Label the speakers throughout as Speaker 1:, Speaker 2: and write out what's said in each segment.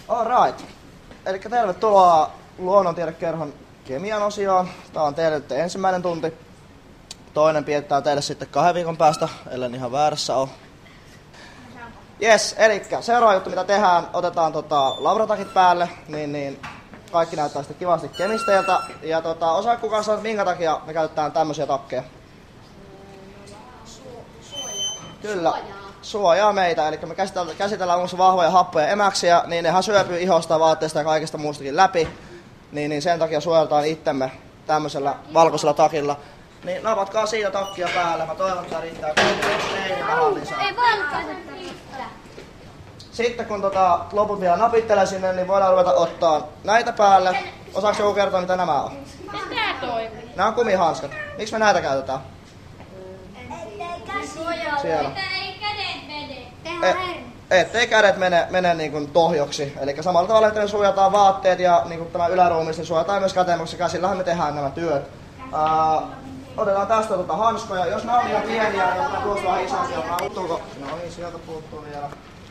Speaker 1: Alright. Eli tervetuloa Luonnontiedekerhon kemian osioon. Tää on teille nyt ensimmäinen tunti. Toinen pidetään teille sitten 2 viikon päästä, ellen ihan väärässä ole. Jes, elikkä seuraava juttu mitä tehdään, otetaan labratakit päälle, niin kaikki näyttää sitten kivasti kemisteiltä. Ja osaa kukaan sanoa, minkä takia me käytetään tämmösiä takkeja? Kyllä, suojaa meitä. Eli me käsitellään muun vahvoja happoja emäksiä, niin nehän syöpyy ihosta, vaatteista ja kaikesta muustakin läpi. Niin sen takia suojeltaan itsemme tämmöisellä valkoisella takilla. Niin napatkaa siitä takkia päälle. Mä toivon, että riittää kaikille.
Speaker 2: Ei valkoisen riittää.
Speaker 1: Sitten kun loput vielä napittelee sinne, niin voidaan ruveta ottaa näitä päälle. Osaako joku kertoa, mitä nämä on?
Speaker 2: Miten tää toimii?
Speaker 1: Nämä on kumihanskat. Miksi me näitä käytetään? Siellä.
Speaker 2: Ei kädet mene.
Speaker 1: Ettei kädet mene niin kuin tohjoksi. Eli samalla tavalla, että me suojataan vaatteet ja niin kuin tämä yläruumis, niin suojataan myös käteen, koska käsillähän me tehdään nämä työt. Otetaan tästä hanskoja. Jos nämä on ihan pieniä, niin otetaan tuosta vähän isompia. Puuttuuko? No niin, sieltä puuttuu vielä.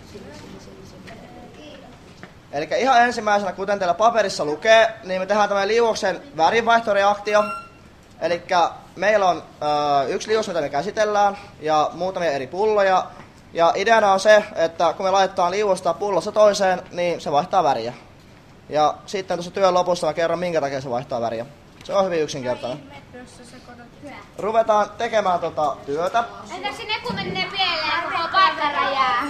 Speaker 1: Eli ihan ensimmäisenä, kuten teillä paperissa lukee, niin me tehdään tämä liuoksen värinvaihtoreaktio. Eli meillä on yksi liuos, mitä me käsitellään, ja muutamia eri pulloja. Ja ideana on se, että kun me laitetaan liuosta pullossa toiseen, niin se vaihtaa väriä. Ja sitten tuossa työn lopussa mä kerron, minkä takia se vaihtaa väriä. Se on hyvin yksinkertainen. Ruvetaan tekemään työtä.
Speaker 2: Entäs sinne kun menee pieleen, koko paikalla jää?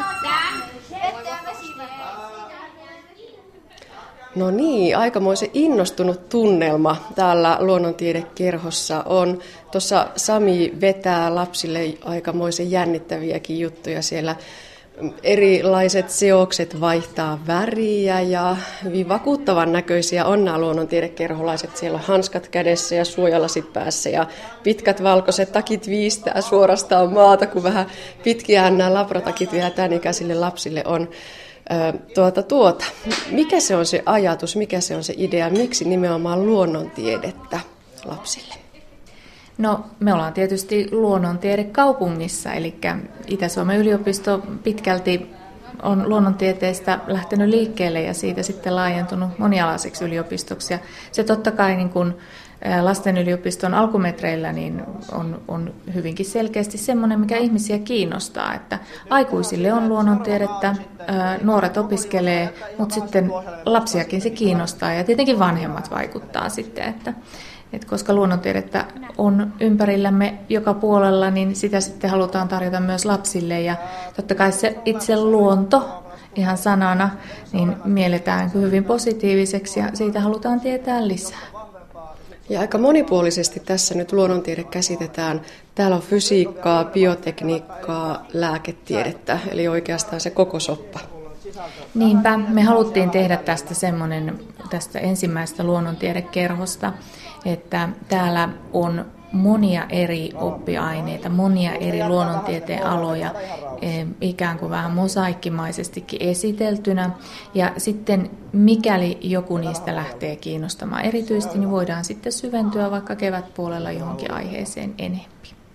Speaker 3: No niin, aikamoisen innostunut tunnelma täällä Luonnontiedekerhossa on. Tuossa Sami vetää lapsille aikamoisen jännittäviäkin juttuja siellä. Erilaiset seokset vaihtaa väriä ja hyvin vakuuttavan näköisiä on nämä luonnontiedekerholaiset. Siellä on hanskat kädessä ja suojalasit päässä ja pitkät valkoiset takit viistää suorastaan maata, kun vähän pitkiään nämä labratakit vielä tämän ikäisille lapsille on. Mikä se on se ajatus, mikä se on se idea, miksi nimenomaan luonnontiedettä lapsille?
Speaker 4: No, me ollaan tietysti luonnontiedekaupungissa, eli Itä-Suomen yliopisto pitkälti on luonnontieteestä lähtenyt liikkeelle ja siitä sitten laajentunut monialaiseksi yliopistoksi. Ja se totta kai niin kuin lasten yliopiston alkumetreillä niin on hyvinkin selkeästi semmoinen, mikä ihmisiä kiinnostaa, että aikuisille on luonnontiedettä, nuoret opiskelee, mutta sitten lapsiakin se kiinnostaa ja tietenkin vanhemmat vaikuttaa sitten, että koska luonnontiedettä on ympärillämme joka puolella, niin sitä sitten halutaan tarjota myös lapsille ja totta kai se itse luonto ihan sanana niin mielletään hyvin positiiviseksi ja siitä halutaan tietää lisää.
Speaker 3: Ja aika monipuolisesti tässä nyt luonnontiede käsitetään. Täällä on fysiikkaa, biotekniikkaa, lääketiedettä, eli oikeastaan se koko soppa.
Speaker 4: Niinpä, me haluttiin tehdä tästä ensimmäisestä luonnontiedekerhosta, että täällä on monia eri oppiaineita, monia eri luonnontieteen aloja, ikään kuin vähän mosaikkimaisestikin esiteltynä. Ja sitten mikäli joku niistä lähtee kiinnostamaan erityisesti, niin voidaan sitten syventyä vaikka kevätpuolella johonkin aiheeseen enemmän.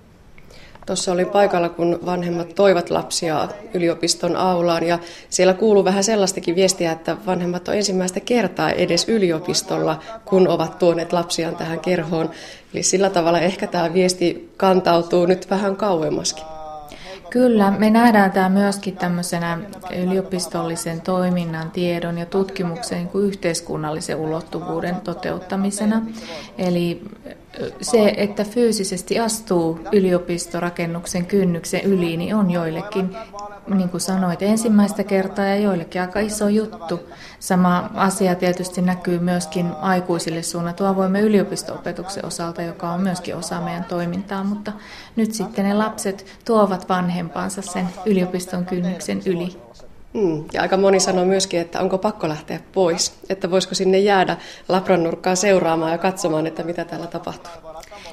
Speaker 3: Tuossa olin paikalla, kun vanhemmat toivat lapsia yliopiston aulaan ja siellä kuuluu vähän sellaistakin viestiä, että vanhemmat on ensimmäistä kertaa edes yliopistolla, kun ovat tuoneet lapsiaan tähän kerhoon. Eli sillä tavalla ehkä tämä viesti kantautuu nyt vähän kauemmaskin.
Speaker 4: Kyllä, me nähdään tämä myöskin tämmöisenä yliopistollisen toiminnan, tiedon ja tutkimuksen kuin yhteiskunnallisen ulottuvuuden toteuttamisena. Eli se, että fyysisesti astuu yliopistorakennuksen kynnyksen yli, niin on joillekin, niin kuin sanoit, ensimmäistä kertaa ja joillekin aika iso juttu. Sama asia tietysti näkyy myöskin aikuisille suunnatun avoimen yliopisto-opetuksen osalta, joka on myöskin osa meidän toimintaa, mutta nyt sitten ne lapset tuovat vanhempansa sen yliopiston kynnyksen yli.
Speaker 3: Ja aika moni sanoo myöskin, että onko pakko lähteä pois, että voisiko sinne jäädä labran nurkkaan seuraamaan ja katsomaan, että mitä täällä tapahtuu.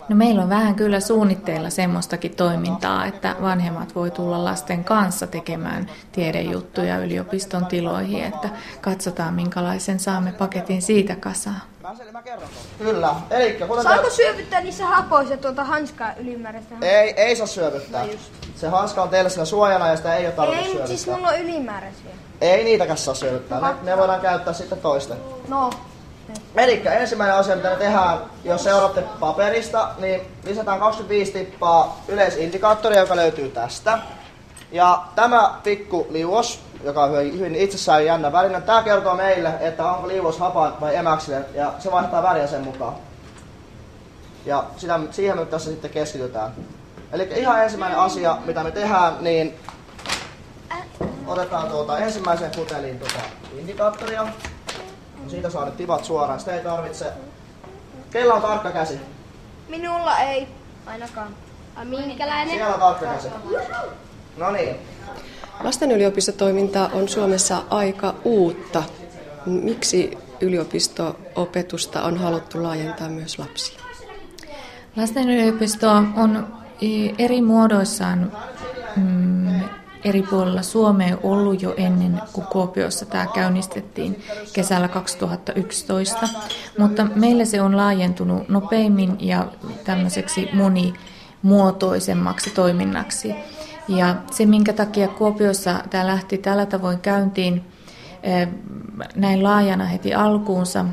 Speaker 4: No meillä on vähän kyllä suunnitteilla semmoistakin toimintaa, että vanhemmat voi tulla lasten kanssa tekemään tiedejuttuja yliopiston tiloihin, että katsotaan minkälaisen saamme paketin siitä kasaan.
Speaker 1: Kyllä. Elikkä,
Speaker 5: saako syövyttää niissä hapoissa hanskaa ylimääräistä?
Speaker 1: Ei saa syövyttää. Se hanska on teille siinä suojana ja sitä ei ole tarvitse syövyttää.
Speaker 5: Ei, siis mulla on ylimääräisiä.
Speaker 1: Ei niitäkään saa syövyttää. Ne voidaan käyttää sitten toisten.
Speaker 5: No.
Speaker 1: Elikkä ensimmäinen asia, mitä me tehdään, jos seuraatte paperista, niin lisätään 25 tippaa yleisindikaattoria, joka löytyy tästä. Ja tämä pikku liuos, joka on hyvin itsessään jännä väline, tämä kertoo meille, että onko liuos hapan vai emäksinen, ja se vaihtaa väriä sen mukaan. Ja siihen me tässä sitten keskitytään. Eli ihan ensimmäinen asia, mitä me tehdään, niin otetaan ensimmäisen puteliin indikaattoria. Siitä saa nyt tipat suoraan, sitä ei tarvitse. Kellä on tarkka käsi?
Speaker 5: Minulla ei ainakaan.
Speaker 2: Minkälainen?
Speaker 1: Siellä on tarkka käsi. No niin.
Speaker 3: Lasten yliopistotoiminta on Suomessa aika uutta. Miksi yliopisto-opetusta on haluttu laajentaa myös lapsiin?
Speaker 4: Lasten yliopisto on eri muodoissaan eri puolilla Suomea ollut jo ennen kuin Kuopiossa tämä käynnistettiin kesällä 2011, mutta meillä se on laajentunut nopeimmin ja tämmöiseksi monimuotoisemmaksi toiminnaksi. Ja se, minkä takia Kuopiossa tämä lähti tällä tavoin käyntiin näin laajana heti alkuunsa,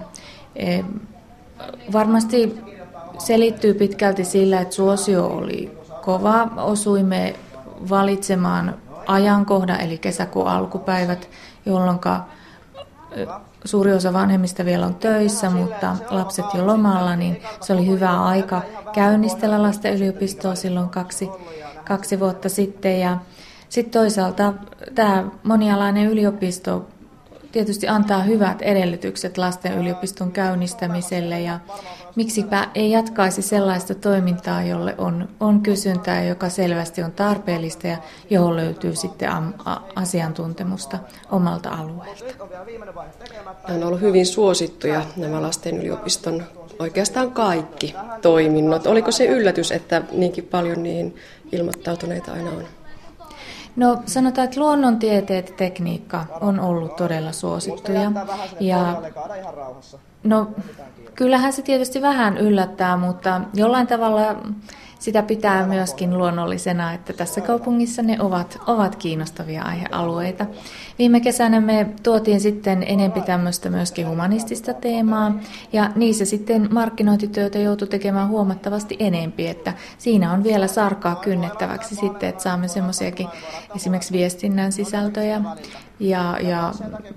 Speaker 4: varmasti selittyy pitkälti sillä, että suosio oli kova. Osuimme valitsemaan ajankohdan, eli kesäkuun alkupäivät, jolloin suuri osa vanhemmista vielä on töissä, mutta lapset jo lomalla, niin se oli hyvä aika käynnistellä lasten yliopistoa silloin kaksi vuotta sitten. Ja sitten toisaalta tämä monialainen yliopisto tietysti antaa hyvät edellytykset lasten yliopiston käynnistämiselle ja miksipä ei jatkaisi sellaista toimintaa, jolle on kysyntää, joka selvästi on tarpeellista ja johon löytyy sitten asiantuntemusta omalta alueelta.
Speaker 3: Nämä on ollut hyvin suosittuja nämä lasten yliopiston oikeastaan kaikki toiminnot. Oliko se yllätys, että niinkin paljon niihin ilmoittautuneita aina on?
Speaker 4: No sanotaan, että luonnontieteet ja tekniikka on ollut todella suosittuja. Ja, no kyllähän se tietysti vähän yllättää, mutta jollain tavalla sitä pitää myöskin luonnollisena, että tässä kaupungissa ne ovat kiinnostavia aihealueita. Viime kesänä me tuotiin sitten enempi tämmöistä myöskin humanistista teemaa, ja niissä sitten markkinointityötä joutui tekemään huomattavasti enempi, että siinä on vielä sarkaa kynnettäväksi sitten, että saamme semmoisiakin esimerkiksi viestinnän sisältöjä ja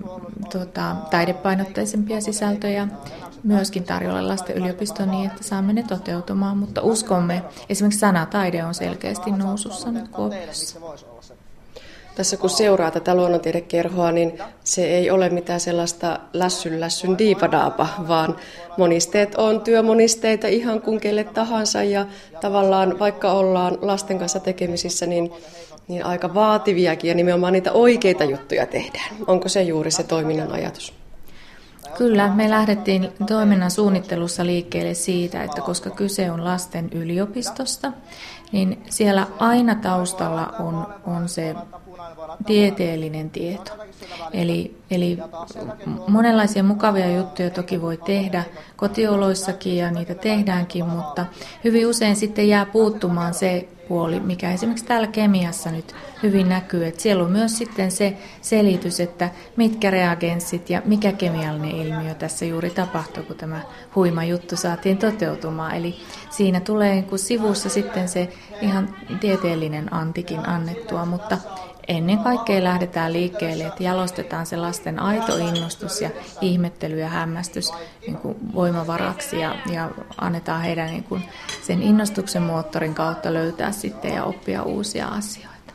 Speaker 4: taidepainotteisempia sisältöjä myöskin tarjolla lasten yliopistoon niin, että saamme ne toteutumaan, mutta uskomme, esimerkiksi sanataide on selkeästi nousussa nyt Kuopiossa.
Speaker 3: Tässä kun seuraa tätä luonnontiedekerhoa, niin se ei ole mitään sellaista lässyn diipadaapa, vaan monisteet on työmonisteita ihan kuin kelle tahansa ja tavallaan vaikka ollaan lasten kanssa tekemisissä, niin aika vaativiakin ja nimenomaan niitä oikeita juttuja tehdään. Onko se juuri se toiminnan ajatus?
Speaker 4: Kyllä, me lähdettiin toiminnan suunnittelussa liikkeelle siitä, että koska kyse on lasten yliopistosta, niin siellä aina taustalla on se tieteellinen tieto. Eli monenlaisia mukavia juttuja toki voi tehdä kotioloissakin ja niitä tehdäänkin, mutta hyvin usein sitten jää puuttumaan se puoli, mikä esimerkiksi täällä kemiassa nyt hyvin näkyy, että siellä on myös sitten se selitys, että mitkä reagenssit ja mikä kemiallinen ilmiö tässä juuri tapahtuu, kun tämä huima juttu saatiin toteutumaan. Eli siinä tulee sivussa sitten se ihan tieteellinen antikin annettua, mutta ennen kaikkea lähdetään liikkeelle, että jalostetaan se lasten aito innostus ja ihmettely ja hämmästys niin kuin voimavaraksi ja annetaan heidän niin kuin sen innostuksen moottorin kautta löytää sitten ja oppia uusia asioita.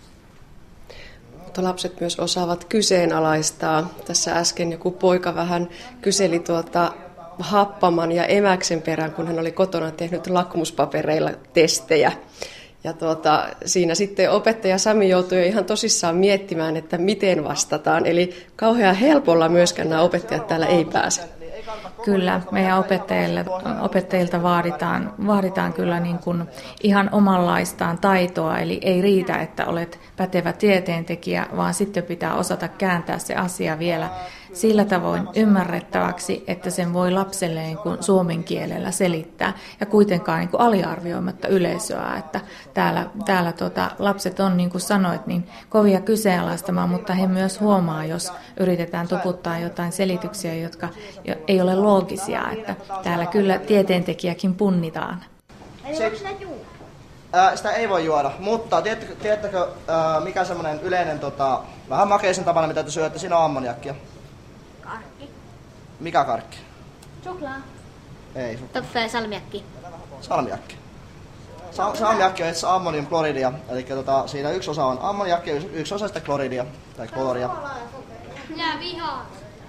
Speaker 3: Mutta lapset myös osaavat kyseenalaistaa. Tässä äsken joku poika vähän kyseli happaman ja emäksen perään, kun hän oli kotona tehnyt lakmuspapereilla testejä. Ja siinä sitten opettaja Sami joutui ihan tosissaan miettimään, että miten vastataan. Eli kauhean helpolla myöskään nämä opettajat täällä ei pääse.
Speaker 4: Kyllä, meidän opettajilta vaaditaan kyllä niin kuin ihan omanlaistaan taitoa, eli ei riitä, että olet pätevä tieteentekijä, vaan sitten pitää osata kääntää se asia vielä sillä tavoin ymmärrettäväksi, että sen voi lapselle niin kuin suomen kielellä selittää ja kuitenkaan niin kuin aliarvioimatta yleisöä, että täällä lapset on, niin kuin sanoit, niin kovia kyseenalaistamaan, mutta he myös huomaa, jos yritetään tuputtaa jotain selityksiä, jotka ei ole loogisia, että täällä kyllä tieteentekijäkin punnitaan.
Speaker 1: Sitä ei voi juoda, mutta tiedättekö mikä semmoinen yleinen, vähän makeisen tapana, mitä te syötte, siinä on ammoniakkia?
Speaker 2: Karkki.
Speaker 1: Mikä karkki?
Speaker 2: Suklaa.
Speaker 1: Ei suklaa.
Speaker 2: Toffee salmiakki.
Speaker 1: Salmiakki. Salmiakki on itse ammoniumkloridia, eli siinä yksi osa on ammoniakki ja yksi osa sitten kloridia tai kloria.
Speaker 2: Minä vihaan.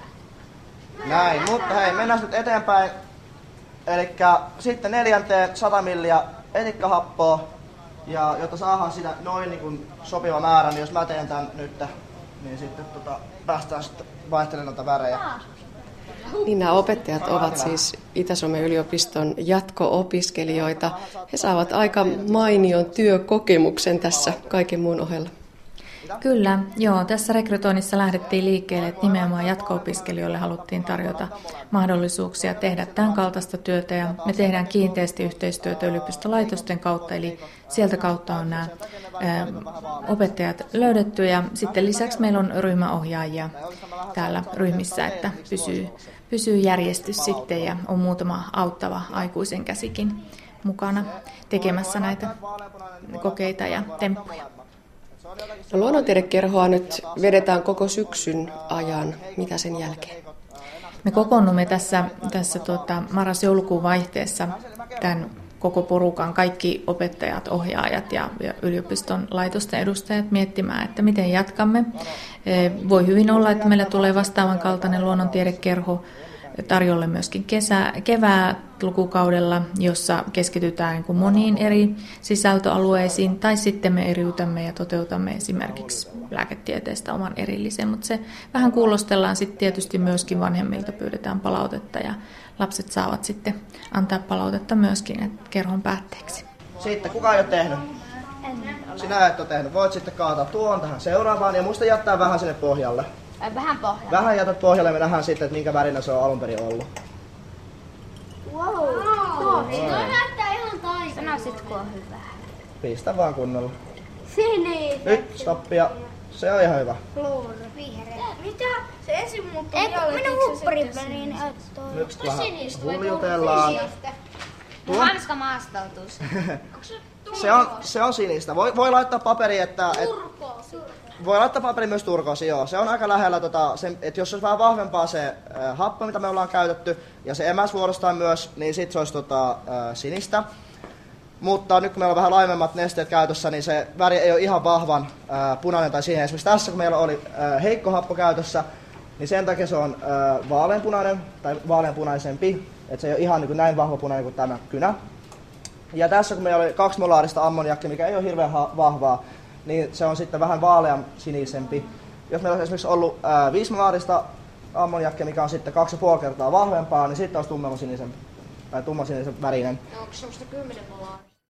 Speaker 1: Näin, mutta hei, mennään nyt eteenpäin. Eli sitten 4. 100 milliä etikkahappoa, ja jotta saadaan sitä noin niin kuin sopiva määrä, niin jos mä teen tän nyt, niin sitten päästään sitten vaihtelemaan noita värejä.
Speaker 3: Niin nämä opettajat ovat siis Itä-Suomen yliopiston jatko-opiskelijoita. He saavat aika mainion työkokemuksen tässä kaiken muun ohella.
Speaker 4: Kyllä, joo. Tässä rekrytoinnissa lähdettiin liikkeelle, että nimenomaan jatko-opiskelijoille haluttiin tarjota mahdollisuuksia tehdä tämän kaltaista työtä. Ja me tehdään kiinteästi yhteistyötä yliopistolaitosten kautta, eli sieltä kautta on nämä opettajat löydetty. Ja sitten lisäksi meillä on ryhmäohjaajia täällä ryhmissä, että pysyy järjestys sitten ja on muutama auttava aikuisen käsikin mukana tekemässä näitä kokeita ja temppuja.
Speaker 3: No, luonnontiedekerhoa nyt vedetään koko syksyn ajan. Mitä sen jälkeen?
Speaker 4: Me kokoonnumme tässä marras-joulukuun vaihteessa tämän koko porukan, kaikki opettajat, ohjaajat ja yliopiston laitosten edustajat miettimään, että miten jatkamme. Voi hyvin olla, että meillä tulee vastaavan kaltainen luonnontiedekerho tarjolle myöskin kevätlukukaudella, jossa keskitytään niin kuin moniin eri sisältöalueisiin, tai sitten me eriytämme ja toteutamme esimerkiksi lääketieteestä oman erillisen, mutta se vähän kuulostellaan sitten tietysti myöskin vanhemmilta, pyydetään palautetta ja lapset saavat sitten antaa palautetta myöskin kerhon päätteeksi.
Speaker 1: Sitten, kuka ei ole tehnyt? Sinä et ole tehnyt. Voit sitten kaataa tuon tähän seuraavaan ja muista jättää vähän sinne pohjalle.
Speaker 2: Vähän pohjaa.
Speaker 1: Vähän jätät pohjalle ja me nähdään sitten, että minkä värinen se on alun perin ollut.
Speaker 2: Wow. Tuo näyttää ihan taikana. Sanoisit, kun on hyvä.
Speaker 1: Pistä vaan kunnolla.
Speaker 2: Sininen.
Speaker 1: Nyt stoppia. Se on ihan hyvä.
Speaker 2: Vihreä.
Speaker 5: Mitä? Se ensin muuttui
Speaker 2: Minun hupparin väliin ottoi.
Speaker 1: Nyt vähän huljutellaan.
Speaker 2: Hanska maastautus.
Speaker 1: Se on sinistä. Voi laittaa paperi, että... Voi laittaa paperi myös turkoosi, joo. Se on aika lähellä, että jos olisi vähän vahvempaa se happo, mitä me ollaan käytetty, ja se emäs vuorostaan myös, niin sit se olisi sinistä. Mutta nyt kun meillä on vähän laimemmat nesteet käytössä, niin se väri ei ole ihan vahvan punainen tai siihen. Esimerkiksi tässä, kun meillä oli heikko happo käytössä, niin sen takia se on vaaleanpunainen tai vaaleanpunaisempi. Että se ei ole ihan niin kuin näin vahva punainen kuin tämä kynä. Ja tässä, kun meillä oli 2 molaarista ammoniakkia, mikä ei ole hirveän vahvaa, niin se on sitten vähän vaalean sinisempi. Jos meillä olisi esimerkiksi ollut 5 molaarista ammoniakkia, mikä on sitten 2,5 kertaa vahvempaa, niin sitten olisi tummansinisen värinen.
Speaker 2: Onko semmoista 10 molaaria?